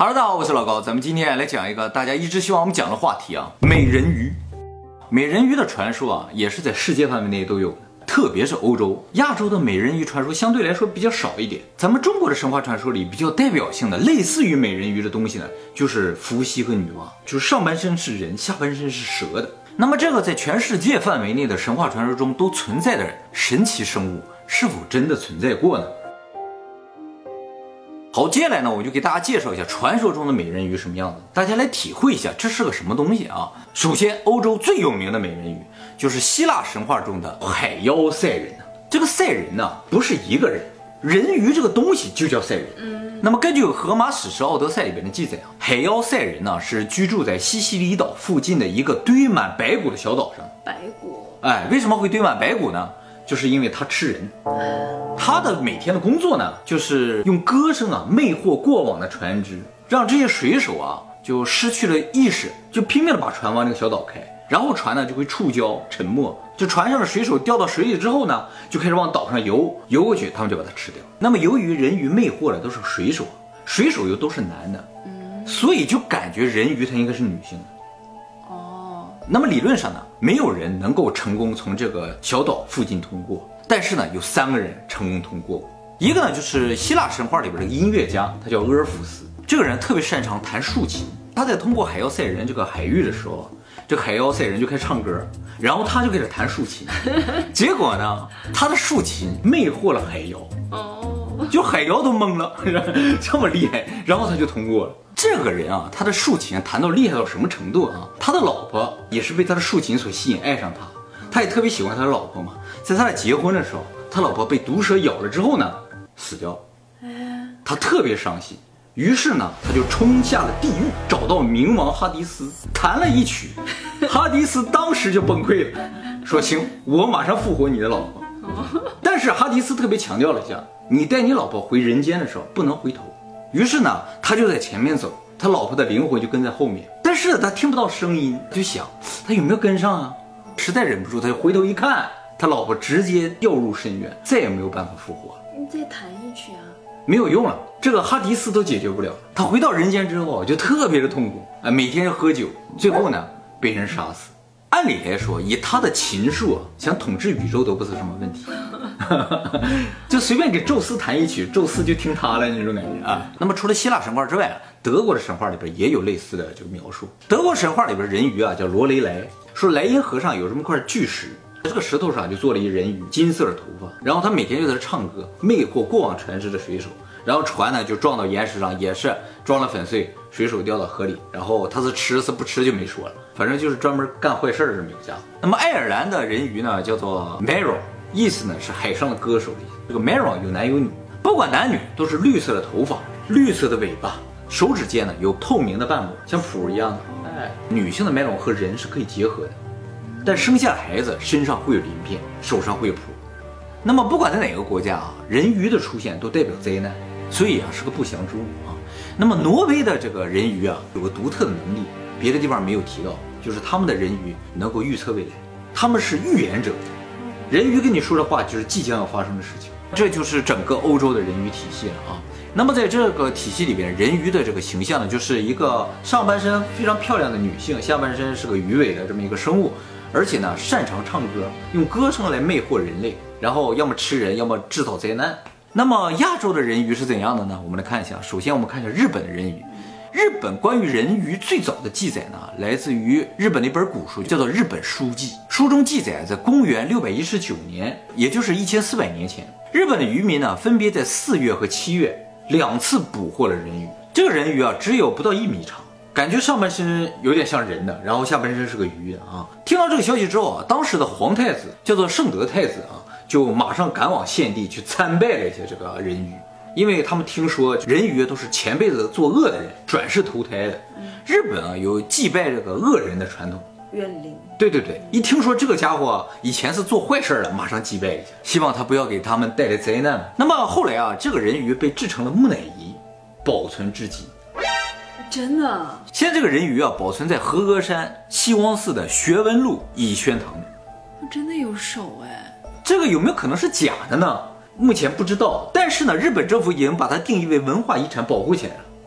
Hello， 大家好，我是老高，咱们今天来讲一个大家一直希望我们讲的话题啊，美人鱼。美人鱼的传说啊，也是在世界范围内都有的，特别是欧洲、亚洲的美人鱼传说相对来说比较少一点。咱们中国的神话传说里比较代表性的，类似于美人鱼的东西呢，就是伏羲和女娲，就是上半身是人，下半身是蛇的。那么这个在全世界范围内的神话传说中都存在的神奇生物，是否真的存在过呢？好，接下来呢，我就给大家介绍一下传说中的美人鱼什么样子，大家来体会一下这是个什么东西啊。首先，欧洲最有名的美人鱼就是希腊神话中的海妖赛人。这个赛人呢，不是一个人，人鱼这个东西就叫赛人。那么根据荷马史诗《奥德赛》里边的记载啊，海妖赛人呢是居住在西西里岛附近的一个堆满白骨的小岛上。 白骨？ 为什么会堆满白骨呢？就是因为他吃人。他的每天的工作呢，就是用歌声啊魅惑过往的船只，让这些水手啊就失去了意识，就拼命的把船往那个小岛开，然后船呢就会触礁沉没，就船上的水手掉到水里之后呢，就开始往岛上游过去，他们就把它吃掉。那么由于人鱼魅惑的都是水手，水手又都是男的，所以就感觉人鱼它应该是女性的。那么理论上呢，没有人能够成功从这个小岛附近通过，但是呢，有3个人成功通过。一个呢就是希腊神话里边的音乐家，他叫阿尔弗斯。这个人特别擅长弹竖琴。他在通过海妖赛人这个海域的时候，这个海妖赛人就开始唱歌，然后他就开始弹竖琴。结果呢，他的竖琴魅惑了海妖，就海妖都懵了，这么厉害，然后他就通过了。这个人啊，他的竖琴弹到厉害到什么程度啊？他的老婆也是被他的竖琴所吸引，爱上他。他也特别喜欢他的老婆嘛。在他俩结婚的时候，他老婆被毒蛇咬了之后呢，死掉。他特别伤心，于是呢，他就冲下了地狱，找到冥王哈迪斯，弹了一曲。哈迪斯当时就崩溃了，说：“行，我马上复活你的老婆。”但是哈迪斯特别强调了一下，你带你老婆回人间的时候不能回头。于是呢，他就在前面走，他老婆的灵魂就跟在后面，但是他听不到声音，就想他有没有跟上啊？实在忍不住，他就回头一看，他老婆直接掉入深渊，再也没有办法复活。 你再弹一曲啊？ 没有用了，这个哈迪斯都解决不了。他回到人间之后就特别的痛苦，每天喝酒，最后呢被人杀死。按理来说，以他的琴术想统治宇宙都不是什么问题。就随便给宙斯弹一曲，宙斯就听他了那种感觉啊。那么除了希腊神话之外，德国的神话里边也有类似的这个描述。德国神话里边人鱼啊叫罗雷莱，说莱茵河上有这么块巨石，这个石头上就做了一人鱼，金色的头发，然后他每天就在这唱歌，魅惑过往船只的水手，然后船呢就撞到岩石上，也是装了粉碎，水手掉到河里，然后他是吃是不吃就没说了，反正就是专门干坏事的这么一个家伙。那么爱尔兰的人鱼呢叫做 Merrow， 意思呢是海上的歌手的意思。这个 Merrow 有男有女，不管男女都是绿色的头发，绿色的尾巴，手指间呢有透明的瓣膜，像蹼一样的。女性的 Merrow 和人是可以结合的，但生下孩子身上会有鳞片，手上会有蹼。那么不管在哪个国家啊，人鱼的出现都代表灾难，所以啊是个不祥之物啊。那么挪威的这个人鱼啊有个独特的能力，别的地方没有提到，就是他们的人鱼能够预测未来，他们是预言者。人鱼跟你说的话就是即将要发生的事情，这就是整个欧洲的人鱼体系了啊。那么在这个体系里边，人鱼的这个形象呢，就是一个上半身非常漂亮的女性，下半身是个鱼尾的这么一个生物，而且呢擅长唱歌，用歌声来魅惑人类，然后要么吃人，要么制造灾难。那么亚洲的人鱼是怎样的呢？我们来看一下。首先我们看一下日本的人鱼。日本关于人鱼最早的记载呢，来自于日本的一本古书，叫做《日本书记》。书中记载，在公元619年，也就是1400年前，日本的渔民呢，分别在4月和7月2次捕获了人鱼。这个人鱼啊，只有不到1米长，感觉上半身有点像人的，然后下半身是个鱼的啊。听到这个消息之后啊，当时的皇太子叫做圣德太子啊，就马上赶往献帝去参拜了一些这个人鱼。因为他们听说人鱼都是前辈子作恶的人转世投胎的，日本啊有祭拜这个恶人的传统， 怨灵。 对，一听说这个家伙以前是做坏事的，马上祭拜一下，希望他不要给他们带来灾难。那么后来啊，这个人鱼被制成了木乃伊，保存至今。 真的？ 现在这个人鱼啊，保存在和歌山西汪寺的学文路乙宣堂里。 真的有手哎？ 这个有没有可能是假的呢？目前不知道，但是呢，日本政府已经把它定义为文化遗产保护起来了。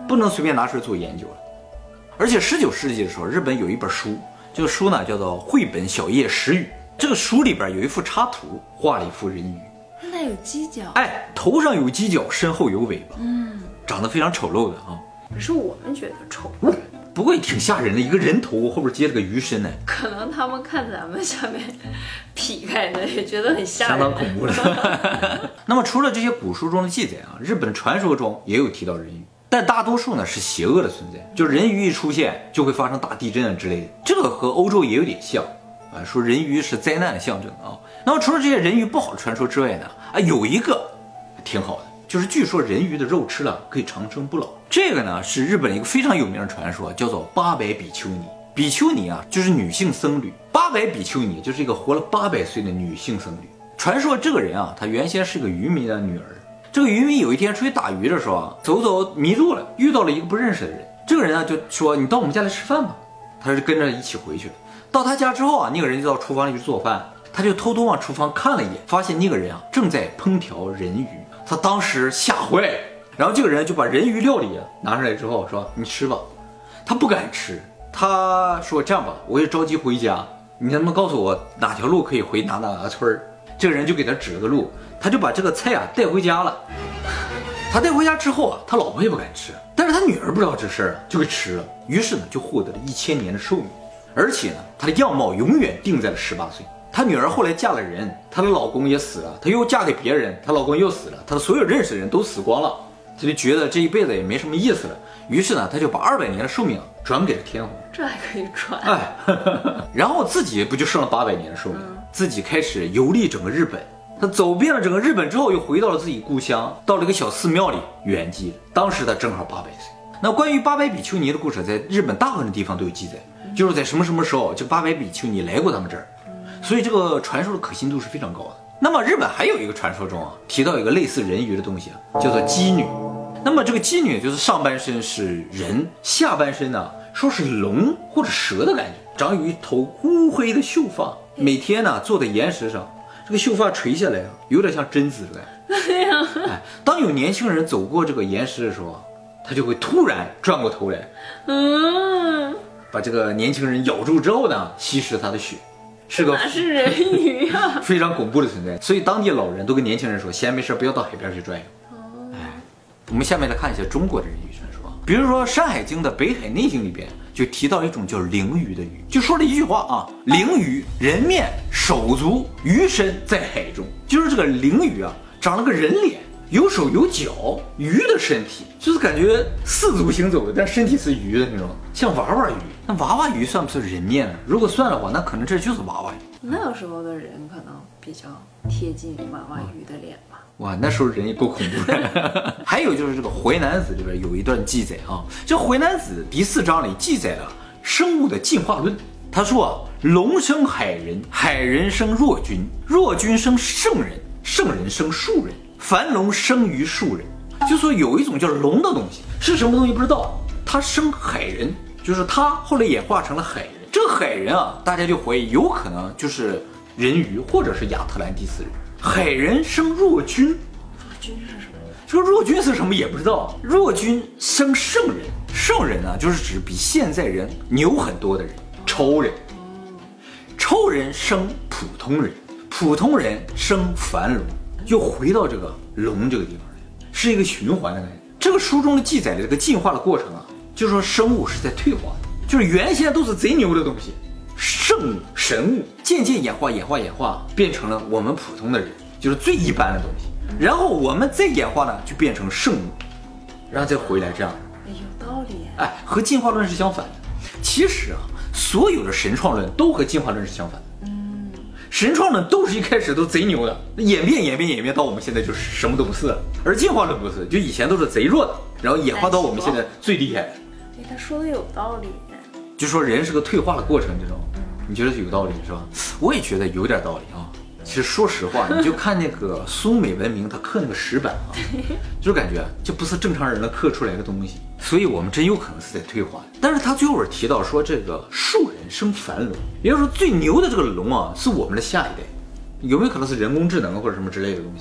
不能随便拿出来做研究了。而且19世纪的时候，日本有一本书，这个书呢叫做《绘本小叶石语》，这个书里边有一幅插图，画了一幅人鱼， 那有犄角， 哎，头上有犄角，身后有尾巴，长得非常丑陋的啊。 可是我们觉得丑， 不过也挺吓人的，一个人头后边接了个鱼身呢， 可能他们看咱们下面劈开的也觉得很吓人， 相当恐怖的。那么除了这些古书中的记载啊，日本传说中也有提到人鱼，但大多数呢是邪恶的存在，就人鱼一出现就会发生大地震啊之类的，这个和欧洲也有点像啊，说人鱼是灾难的象征啊。那么除了这些人鱼不好的传说之外呢，啊有一个挺好的，就是据说人鱼的肉吃了可以长生不老。这个呢是日本一个非常有名的传说，叫做800比丘尼。比丘尼啊就是女性僧侣，800比丘尼就是一个活了800岁的女性僧侣。传说这个人啊，她原先是个渔民的女儿。这个渔民有一天出去打鱼的时候啊，走迷路了，遇到了一个不认识的人。这个人啊就说：“你到我们家来吃饭吧。”他就跟着一起回去了。到他家之后啊，那个人就到厨房里去做饭，他就偷偷往厨房看了一眼，发现那个人啊正在烹调人鱼。他当时吓坏，然后这个人就把人鱼料理拿出来之后说：“你吃吧。”他不敢吃，他说：“这样吧，我也着急回家，你能不能告诉我哪条路可以回哪个村儿？”这个人就给他指了个路，他就把这个菜啊带回家了。他带回家之后啊，他老婆也不敢吃，但是他女儿不知道这事儿，就给吃了。于是呢，就获得了1000年的寿命，而且呢，他的样貌永远定在了18岁。他女儿后来嫁了人，她的老公也死了，她又嫁给别人，她老公又死了，她的所有认识的人都死光了，她就觉得这一辈子也没什么意思了。于是呢，她就把200年的寿命转给了天皇。 这还可以转？ 哎，然后自己不就剩了800年的寿命，自己开始游历整个日本。他走遍了整个日本之后，又回到了自己故乡，到了一个小寺庙里圆寂了。当时他正好800岁。那关于800比丘尼的故事，在日本大部分的地方都有记载，就是在什么时候，这800比丘尼来过他们这儿，所以这个传说的可信度是非常高的。那么日本还有一个传说中啊，提到一个类似人鱼的东西啊，叫做姬女。那么这个姬女就是上半身是人，下半身呢说是龙或者蛇的感觉，长有一头乌黑的秀发，每天呢坐在岩石上。这个秀发垂下来啊，有点像贞子的感觉。哎，当有年轻人走过这个岩石的时候，他就会突然转过头来，把这个年轻人咬住之后呢，吸食他的血，是个哪是人鱼啊？ 非常恐怖的存在。所以当地老人都跟年轻人说，闲没事不要到海边去转悠。哎，我们下面来看一下中国的人鱼传说，比如说《山海经》的《北海内经》里边就提到一种叫灵鱼的鱼，就说了一句话啊：灵鱼，人面手足，鱼身在海中。就是这个灵鱼啊，长了个人脸，有手有脚，鱼的身体，就是感觉四足行走的，但身体是鱼的那种，像娃娃鱼。那娃娃鱼算不算人面呢？如果算的话，那可能这就是娃娃鱼。 那时候的人可能比较贴近娃娃鱼的脸吧。 哇，那时候人也够恐怖的。还有就是这个《淮南子》里边有一段记载啊，这《淮南子》第4章里记载了生物的进化论。他说啊，龙生海人，海人生弱君，弱君生圣人，圣人生树人，凡龙生于树人。就说有一种叫龙的东西，是什么东西不知道，它生海人，就是它后来演化成了海人。这个海人啊，大家就怀疑有可能就是人鱼或者是亚特兰蒂斯人。海人生弱君， 弱君是什么？ 这个弱君是什么也不知道。弱君生圣人，圣人呢就是指比现在人牛很多的人，超人。超人生普通人，普通人生凡龙，又回到这个龙这个地方来，是一个循环的感觉。这个书中的记载的这个进化的过程啊，就是说生物是在退化的，就是原先都是贼牛的东西，圣物神物渐渐演化，变成了我们普通的人，就是最一般的东西。然后我们再演化呢，就变成圣物，然后再回来这样。 有道理。 哎，和进化论是相反的。其实啊，所有的神创论都和进化论是相反的。神创论都是一开始都贼牛的，演变到我们现在就是什么都不是了。而进化论不是，就以前都是贼弱的，然后演化到我们现在最厉害的。 哎，他说的有道理。 就说人是个退化的过程，这种你觉得有道理是吧？我也觉得有点道理啊。其实说实话，你就看那个苏美文明，他刻那个石板啊，就感觉这不是正常人能刻出来的东西，所以我们真有可能是在退化。但是他最后提到说，这个树人生凡龙，也就是说最牛的这个龙啊，是我们的下一代，有没有可能是人工智能或者什么之类的东西？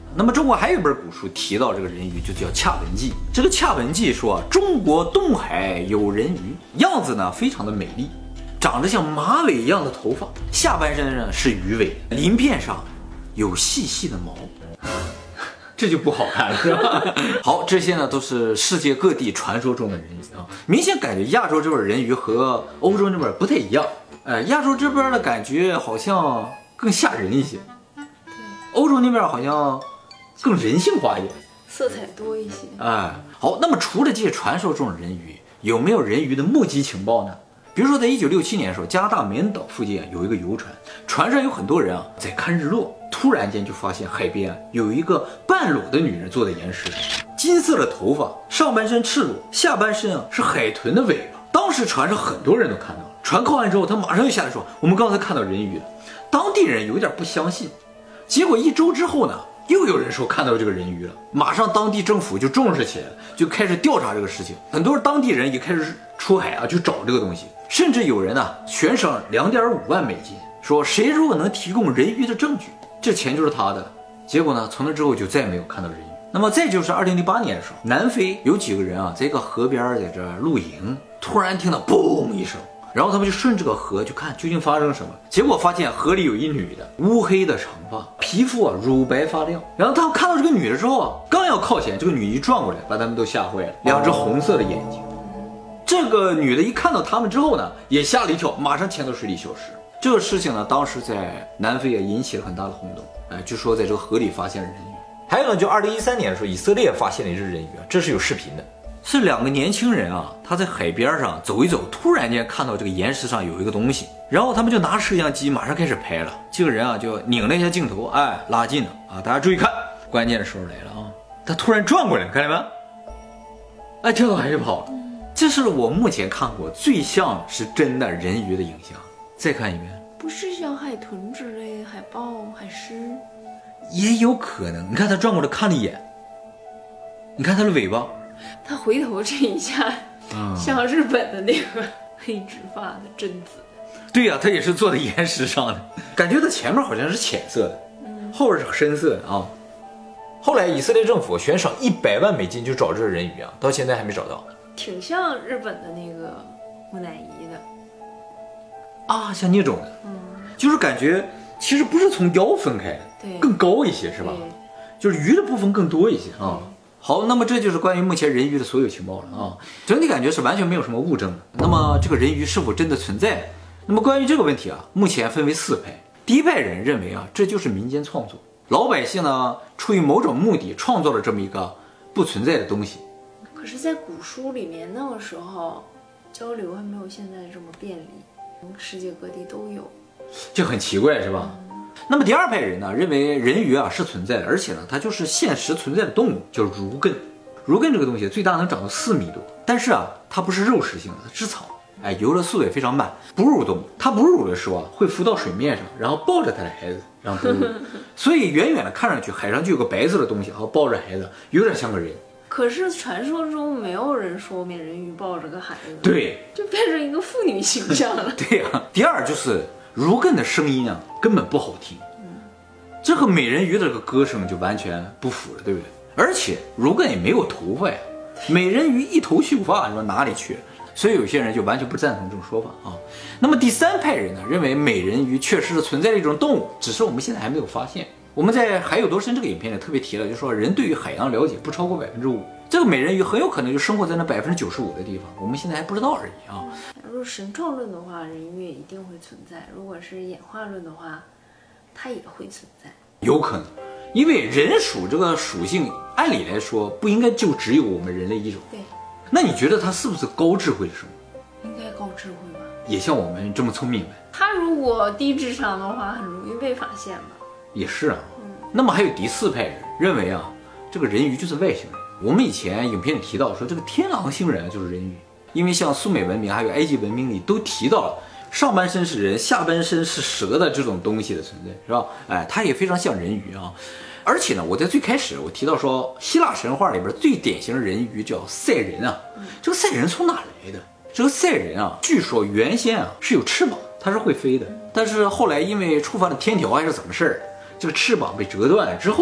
那么中国还有一本古书提到这个人鱼，就叫《恰文记》。这个《恰文记》说中国东海有人鱼，样子呢非常的美丽，长得像马尾一样的头发，下半身呢是鱼尾，鳞片上有细细的毛。这就不好看了，是吧？好，这些呢都是世界各地传说中的人鱼啊，明显感觉亚洲这边人鱼和欧洲那边不太一样。亚洲这边的感觉好像更吓人一些，欧洲那边好像更人性化一点， 色彩多一些。 好，那么除了这些传说中的人鱼，有没有人鱼的目击情报呢？比如说在1967年的时候，加拿大梅恩岛附近有一个游船，船上有很多人在看日落，突然间就发现海边有一个半裸的女人坐在岩石上，金色的头发，上半身赤裸，下半身是海豚的尾巴。当时船上很多人都看到了，船靠岸之后，他马上就下来说，我们刚才看到人鱼了。当地人有点不相信，结果1周之后呢，又有人说看到这个人鱼了，马上当地政府就重视起来了，就开始调查这个事情。很多当地人也开始出海去找这个东西，甚至有人悬赏2.5万美金，说谁如果能提供人鱼的证据，这钱就是他的。结果呢，从那之后就再也没有看到人鱼。那么再就是2008年的时候，南非有几个人在一个河边在这露营，突然听到嘣一声，然后他们就顺这个河去看究竟发生什么，结果发现河里有一女的，乌黑的长发，皮肤乳白发亮。然后他们看到这个女的之后刚要靠前，这个女一转过来，把他们都吓坏了，2只红色的眼睛。这个女的一看到他们之后呢，也吓了一跳，马上潜到水里消失。这个事情呢，当时在南非也引起了很大的轰动，据说在这个河里发现了人鱼。还有呢，就2013年的时候，以色列发现了一只人鱼，这是有视频的。是2个年轻人他在海边上走一走，突然间看到这个岩石上有一个东西，然后他们就拿摄像机马上开始拍了。这个人就拧了一下镜头，拉近了大家注意看，关键的时候来了他突然转过来，看见没？这个还是跑了。这是我目前看过最像是真的人鱼的影像。再看一遍， 不是像海豚之类、海豹、海狮， 也有可能。你看他转过来看了一眼，你看他的尾巴。 他回头这一下，像日本的那个黑直发的贞子。 对呀，他也是坐在岩石上的，感觉他前面好像是浅色的，后边是深色的后来以色列政府悬赏100万美金就找这个人鱼到现在还没找到。 挺像日本的那个木乃伊的像那种的，就是感觉其实不是从腰分开的， 对， 更高一些是吧？就是鱼的部分更多一些好，那么这就是关于目前人鱼的所有情报了整体感觉是完全没有什么物证的。那么这个人鱼是否真的存在？那么关于这个问题目前分为4派。第一派人认为这就是民间创作，老百姓呢出于某种目的创造了这么一个不存在的东西。 可是在古书里面，那个时候交流还没有现在这么便利，世界各地都有， 这很奇怪是吧？那么第2派人呢，认为人鱼是存在的，而且呢它就是现实存在的动物，叫儒艮。儒艮这个东西最大能长到4米多，但是它不是肉食性的，它吃草，游的速度也非常慢，哺乳动物。它哺乳的时候会浮到水面上，然后抱着它的孩子然后哺乳，所以远远的看上去海上就有个白色的东西抱着孩子，有点像个人。 可是传说中没有人说美人鱼抱着个孩子， 对， 就变成一个妇女形象了。 对第2就是儒艮的声音根本不好听，这和美人鱼的这个歌声就完全不符了，对不对？而且儒艮也没有头发呀，美人鱼一头秀发，你说哪里去？所以有些人就完全不赞同这种说法那么第3派人呢，认为美人鱼确实是存在的一种动物，只是我们现在还没有发现。我们在《海有多深》这个影片里特别提了，就说人对于海洋了解不超过5%，这个美人鱼很有可能就生活在那95%的地方，我们现在还不知道而已如果神创论的话，人鱼也一定会存在；如果是演化论的话，它也会存在。 有可能，因为人属这个属性，按理来说不应该就只有我们人类一种。 对。 那你觉得它是不是高智慧的生物？ 应该高智慧吧。 也像我们这么聪明呗？ 它如果低智商的话，很容易被发现吧。 也是那么还有第4派人认为这个人鱼就是外星人。我们以前影片里提到说，这个天狼星人就是人鱼，因为像苏美文明还有埃及文明里都提到了上半身是人，下半身是蛇的这种东西的存在，是吧？它也非常像人鱼而且呢，我在最开始我提到说，希腊神话里边最典型的人鱼叫赛人这个赛人从哪来的？这个赛人据说原先是有翅膀，它是会飞的，但是后来因为触犯了天条还是怎么事儿，这个翅膀被折断了之后呢，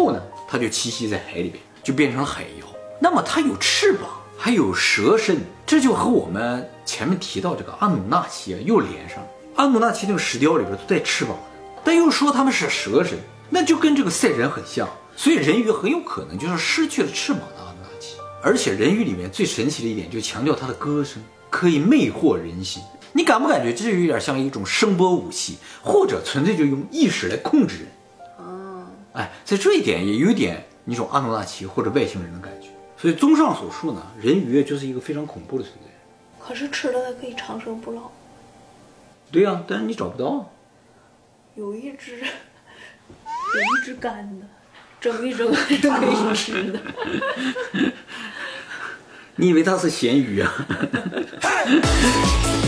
它就栖息在海里边，就变成了海妖。那么它有翅膀，还有蛇身，这就和我们前面提到这个阿努纳奇又连上了。阿努纳奇那个石雕里边都带翅膀的，但又说他们是蛇身，那就跟这个赛人很像。所以人鱼很有可能就是失去了翅膀的阿努纳奇。而且人鱼里面最神奇的一点，就强调它的歌声可以魅惑人心。你感不感觉这就有点像一种声波武器，或者纯粹就用意识来控制人？哎，在这一点也有点那种阿努纳奇或者外星人的感觉。所以综上所述呢，人鱼就是一个非常恐怖的存在。 可是吃了它可以长生不老。 对呀，但是你找不到。 有一只干的，蒸一蒸还是可以吃的。 你以为它是咸鱼啊？